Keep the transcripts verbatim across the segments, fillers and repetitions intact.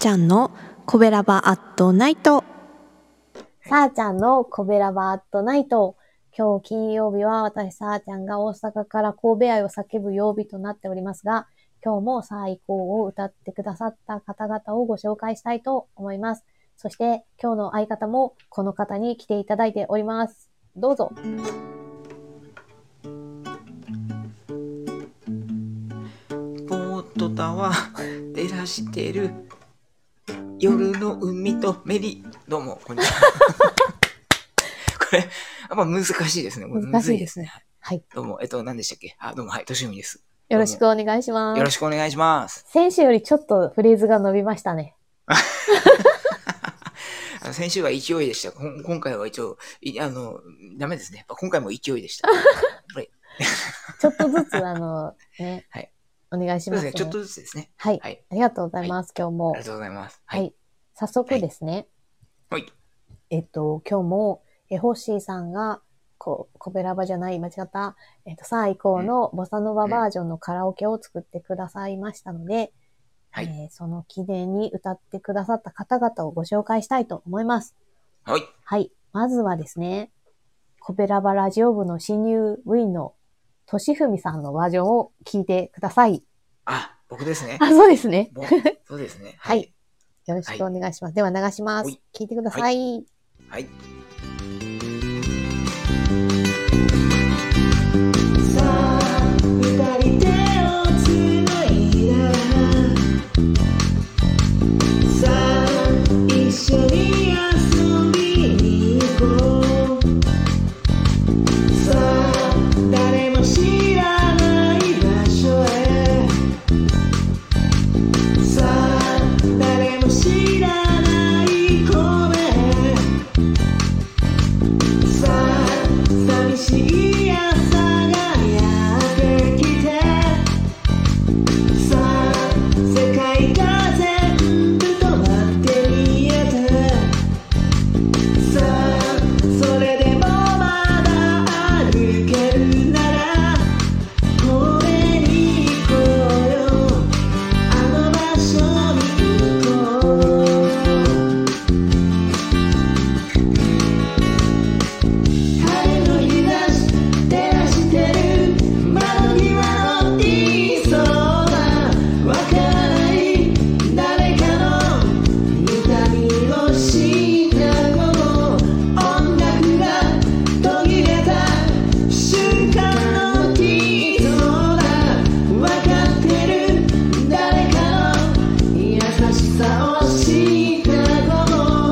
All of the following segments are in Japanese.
ちゃんのコベラバアットナイト。 さーちゃんのコベラバアットナイト。今日金曜日は私さーちゃんが大阪から神戸愛を叫ぶ曜日となっておりますが、今日もさあ行こうを歌ってくださった方々をご紹介したいと思います。そして今日の相方もこの方に来ていただいております。どうぞ。 ポートタワー照らしてる夜の海とメリー。どうもこんにちは。これやっぱ難しいですね。 難しいですね。はい。 どうもえっと何でしたっけ。あどうもはいとしふみです。 よろしくお願いします。 よろしくお願いします。 先週よりちょっとフレーズが伸びましたね。 あの先週は勢いでした。今回は一応あのダメですね。やっぱ今回も勢いでした。 ちょっとずつあのね。 はい。 お願いしますね。 そうですね。ちょっとずつですね。 はい。はい、ありがとうございます、はい。今日も。 ありがとうございます。 はい。はい、早速ですね。 はい。 えっと、今日も、え、ホッシーさんが、こう、コベラバじゃない、間違った、えっと、さあ行こうのボサノババージョンのカラオケを作ってくださいましたので、 はい、 えー、その記念に歌ってくださった方々をご紹介したいと思います。 はい。 はい。まずはですね、コベラバラジオ部の新入部員のとしふみさんのバージョンを聞いてください。 あ、僕ですね。 あ、そうですね。 そうですね。 はい。はい、よろしくお願いします。はい、では流します。聞いてください。はい。 はい、 さあ、二人手をつないだ。さあ、一緒に遊びに行こう。さあ、誰も知らない場所へ。さあ、誰も知らない声。さあ、寂しい朝がやってきて。さあ、世界が全部止まって見えて。さあ、それでもまだ歩けるなら公園に行こうよ。あの場所に行こう。晴れの日差し照らしてる窓際のいそうなわからない誰かの痛みをしたこの音楽が途切れた瞬間のきっとだわかってる誰かの優しさを知ったこの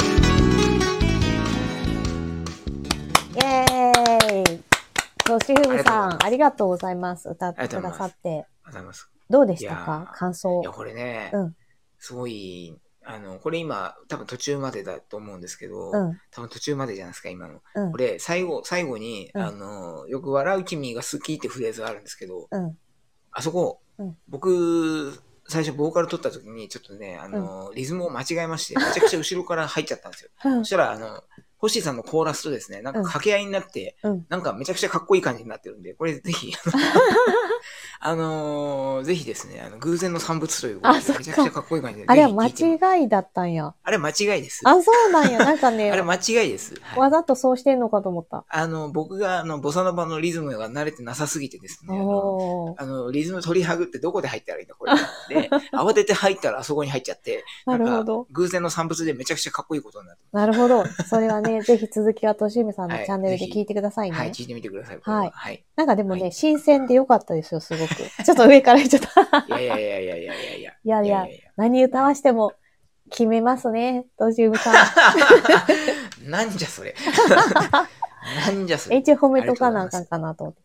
イエーイ。としふみさん、ありがとうございます。歌ってくださって。ありがとうございます。どうでしたか、感想。 いや、これね、うん、すごい、あの、これ今、多分途中までだと思うんですけど、うん、多分途中までじゃないですか、今の。うん、これ、最後、最後に、うん、あの、よく笑う君が好きってフレーズがあるんですけど、うん、あそこ、うん、僕、最初ボーカル取った時に、ちょっとね、あの、うん、リズムを間違えまして、めちゃくちゃ後ろから入っちゃったんですよ。うん、そしたら、あの、ホッシーさんのコーラスとですね、なんか掛け合いになって、うん、なんかめちゃくちゃかっこいい感じになってるんで、これぜひ、あのー、ぜひですね、あの、偶然の産物ということで、めちゃくちゃかっこいい感じで。 あれは間違いだったんや。 あれ間違いです。 あ、そうなんや。なんかね。 あれ間違いです。 はい、わざとそうしてんのかと思った。 あの、僕が、あの、ボサノバのリズムが慣れてなさすぎてですね、あの、あのリズム取りはぐってどこで入ったらいいんだ、これ。で、慌てて入ったらあそこに入っちゃって、 なるほど。 偶然の産物でめちゃくちゃかっこいいことになって。 なるほど。それはね、ぜひ続きはとしみさんのチャンネルで聞いてくださいね。 はい、はい、聞いてみてください。 はい。 はい。 なんかでもね、はい、新鮮でよかったですよ、すごく。ちょっと上から言っちゃった。 いやいやいやいやいやいやいや。 いやいや、何歌わしても決めますね、としみさん。なんじゃそれ。なんじゃそれ。 一応褒めとかなあかんかなと思って。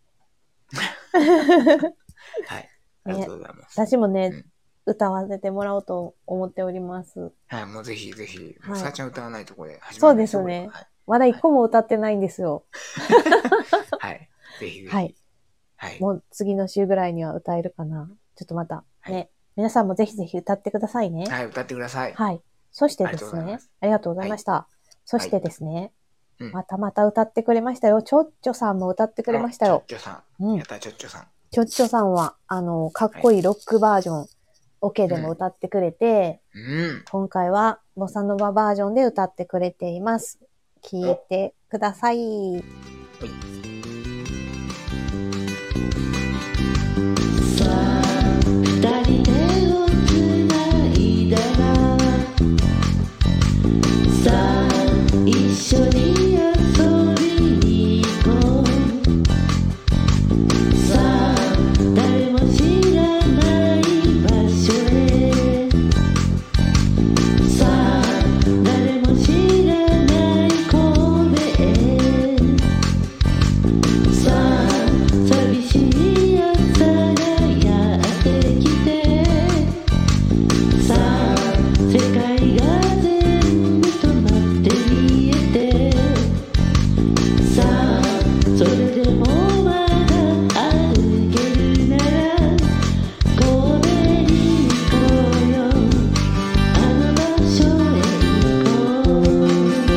はい。ありがとうございます。 私もね、うん、歌わせてもらおうと思っております。 はい、もうぜひぜひ、はい、さあちゃん歌わないところで始めそうですね。はい、まだ一個も歌ってないんですよ。 はい。ぜひぜひ。 はい。はい。もう次の週ぐらいには歌えるかな。ちょっとまたね、はい、皆さんもぜひぜひ歌ってくださいね。 はい、歌ってください。 はい。そしてですね、ありがとうございました。はい、そしてですね、はい、またまた歌ってくれましたよ。ちょっちょさんも歌ってくれましたよ。 ちょっちょさん。うん。やった、ちょっちょさん。 ちょっちょさんは、あの、かっこいいロックバージョンオケでも歌ってくれて、 うん、 今回はボサノババージョンで歌ってくれています。聞いてください。 さあ二人手をつないだらさあ一緒に遊びに行こうさあ誰も知らない場所へさあ誰も知らない神戸へさあ寂しい朝がやってきてさあ世界が全部止まって見えてさあそれでもまだ歩けるなら神戸に行こうよあの場所へ行こう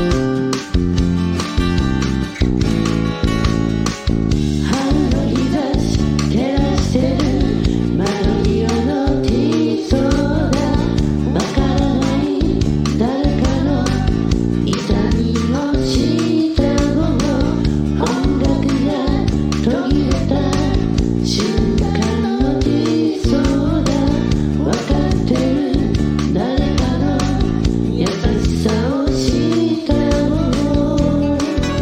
春の日差し照らしてる窓際のティーソーダわからない誰かの痛みを知った午後音楽が途切れた瞬間のティーソーダわかってる誰かの優しさを知った午後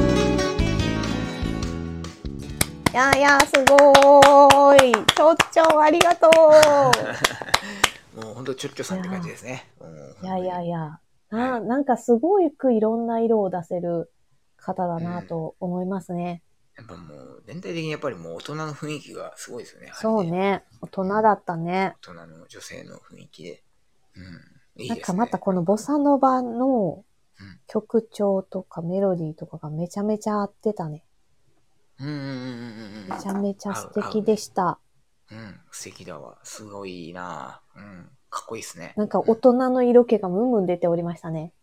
いやいや、すごーい。ちょっちょありがとう。 もう本当ちょっちょさんって感じですね。 いやいやいや、な、なんかすごくいろんな色を出せる方だなと思いますね。 やっぱもう全体的にやっぱりもう大人の雰囲気がすごいですよね。 そうね。大人だったね。 大人の女性の雰囲気で。うん。いいですね。 なんかまたこのボサノバのうん曲調とかメロディーとかがめちゃめちゃ合ってたね。 うんうんうんうんうん。 めちゃめちゃ素敵でした。 うん、素敵だわ。すごいなぁ。うん、かっこいいですね。 なんか大人の色気がムンムン出ておりましたね。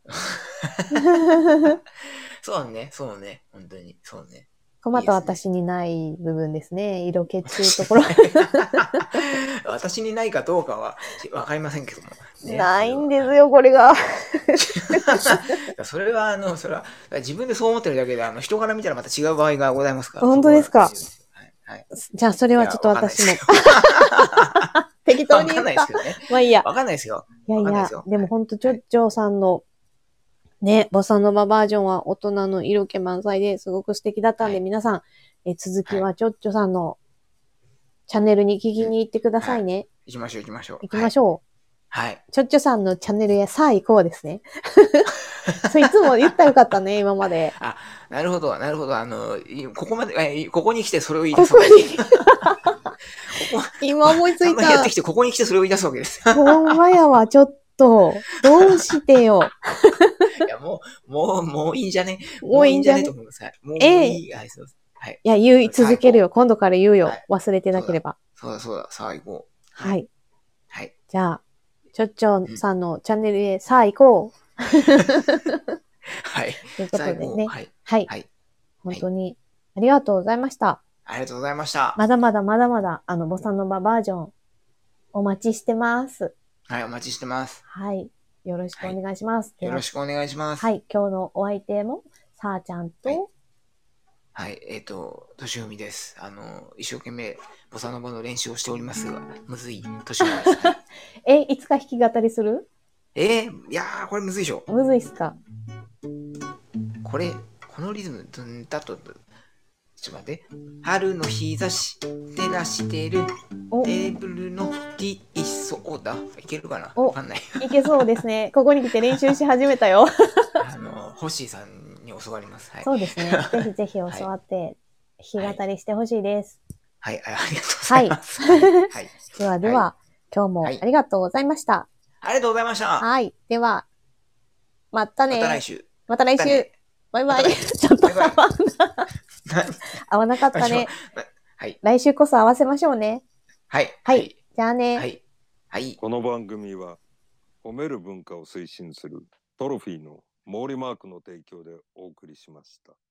そうね、そうね。本当に、そうね。 また私にない部分ですね。色気っていうところ。 私にないかどうかはわかりませんけども。ね、 ないんですよ、これが。 それは、あの、それは、自分でそう思ってるだけで、あの、人から見たらまた違う場合がございますから。 本当ですか。 はいはい、 じゃあ、それはちょっと私も。適当に言った。 わかんないですけどね。 まあいいや。 わかんないですよ。 いやいや、でも本当ちょっちょさんの、ね、ボサノババージョンは大人の色気満載ですごく素敵だったんで、はい、皆さん、え続きはちょっちょさんのチャンネルに聞きに行ってくださいね。はい、 行きましょう行きましょう。 行きましょう。 はい。 ちょっちょさんのチャンネルへさあ行こうですね。そういつも言ったらよかったね、今まで。 あ、なるほど、なるほど。あの、ここまで、ここに来てそれを言い出すわけです。ここ今思いついた。 やってきて、ここに来てそれを言い出すわけです。 ほんまやわ、ちょっと。どうしてよ。 いや、もう、もう、もういいんじゃねもういいんじゃねと思います。もういい。はい、そうです。はい。 いや、言い続けるよ。今度から言うよ。忘れてなければ。 そうだ、そうだ。さあ行こう。 はい。 はい。 じゃあ、ちょっちょさんのチャンネルへさあ行こう。 はい。 ということでね。 はい。 はい。本当にありがとうございました。 ありがとうございました。 まだまだまだまだ、あの、ボサノババージョン、お待ちしてます。 はい、お待ちしてます。 はい。よろしくお願いします。 よろしくお願いします。 はい。今日のお相手も、さあちゃんと、 はい、えっと、としふみです。あの、一生懸命、ボサノバの練習をしておりますが、むずい、としふみです。 え、いつか弾き語りする？ えー、いやー、これむずいでしょ。 むずいっすか？ これ、このリズム、だと、ちょっと待って。春の日差し、照らしてる、テーブルのティーソーダ。いけるかな？わかんない。 いけそうですね。ここに来て練習し始めたよ。 あの、ホッシーさんに教わります。はい、 そうですね。ぜひぜひ教わって、弾き語りしてほしいです。 はい、はい、ありがとうございます。はい。はい、 ではでは、はい、今日もありがとうございました。 ありがとうございました。 はい。では、またね。 また来週。 また来週。バイバイ。ちょっと合わな合わなかったね。 はい。 来週こそ合わせましょうね。 はい。 はい。じゃあね。 はい。はい。 この番組は褒める文化を推進するトロフィーの毛利マークの提供でお送りしました。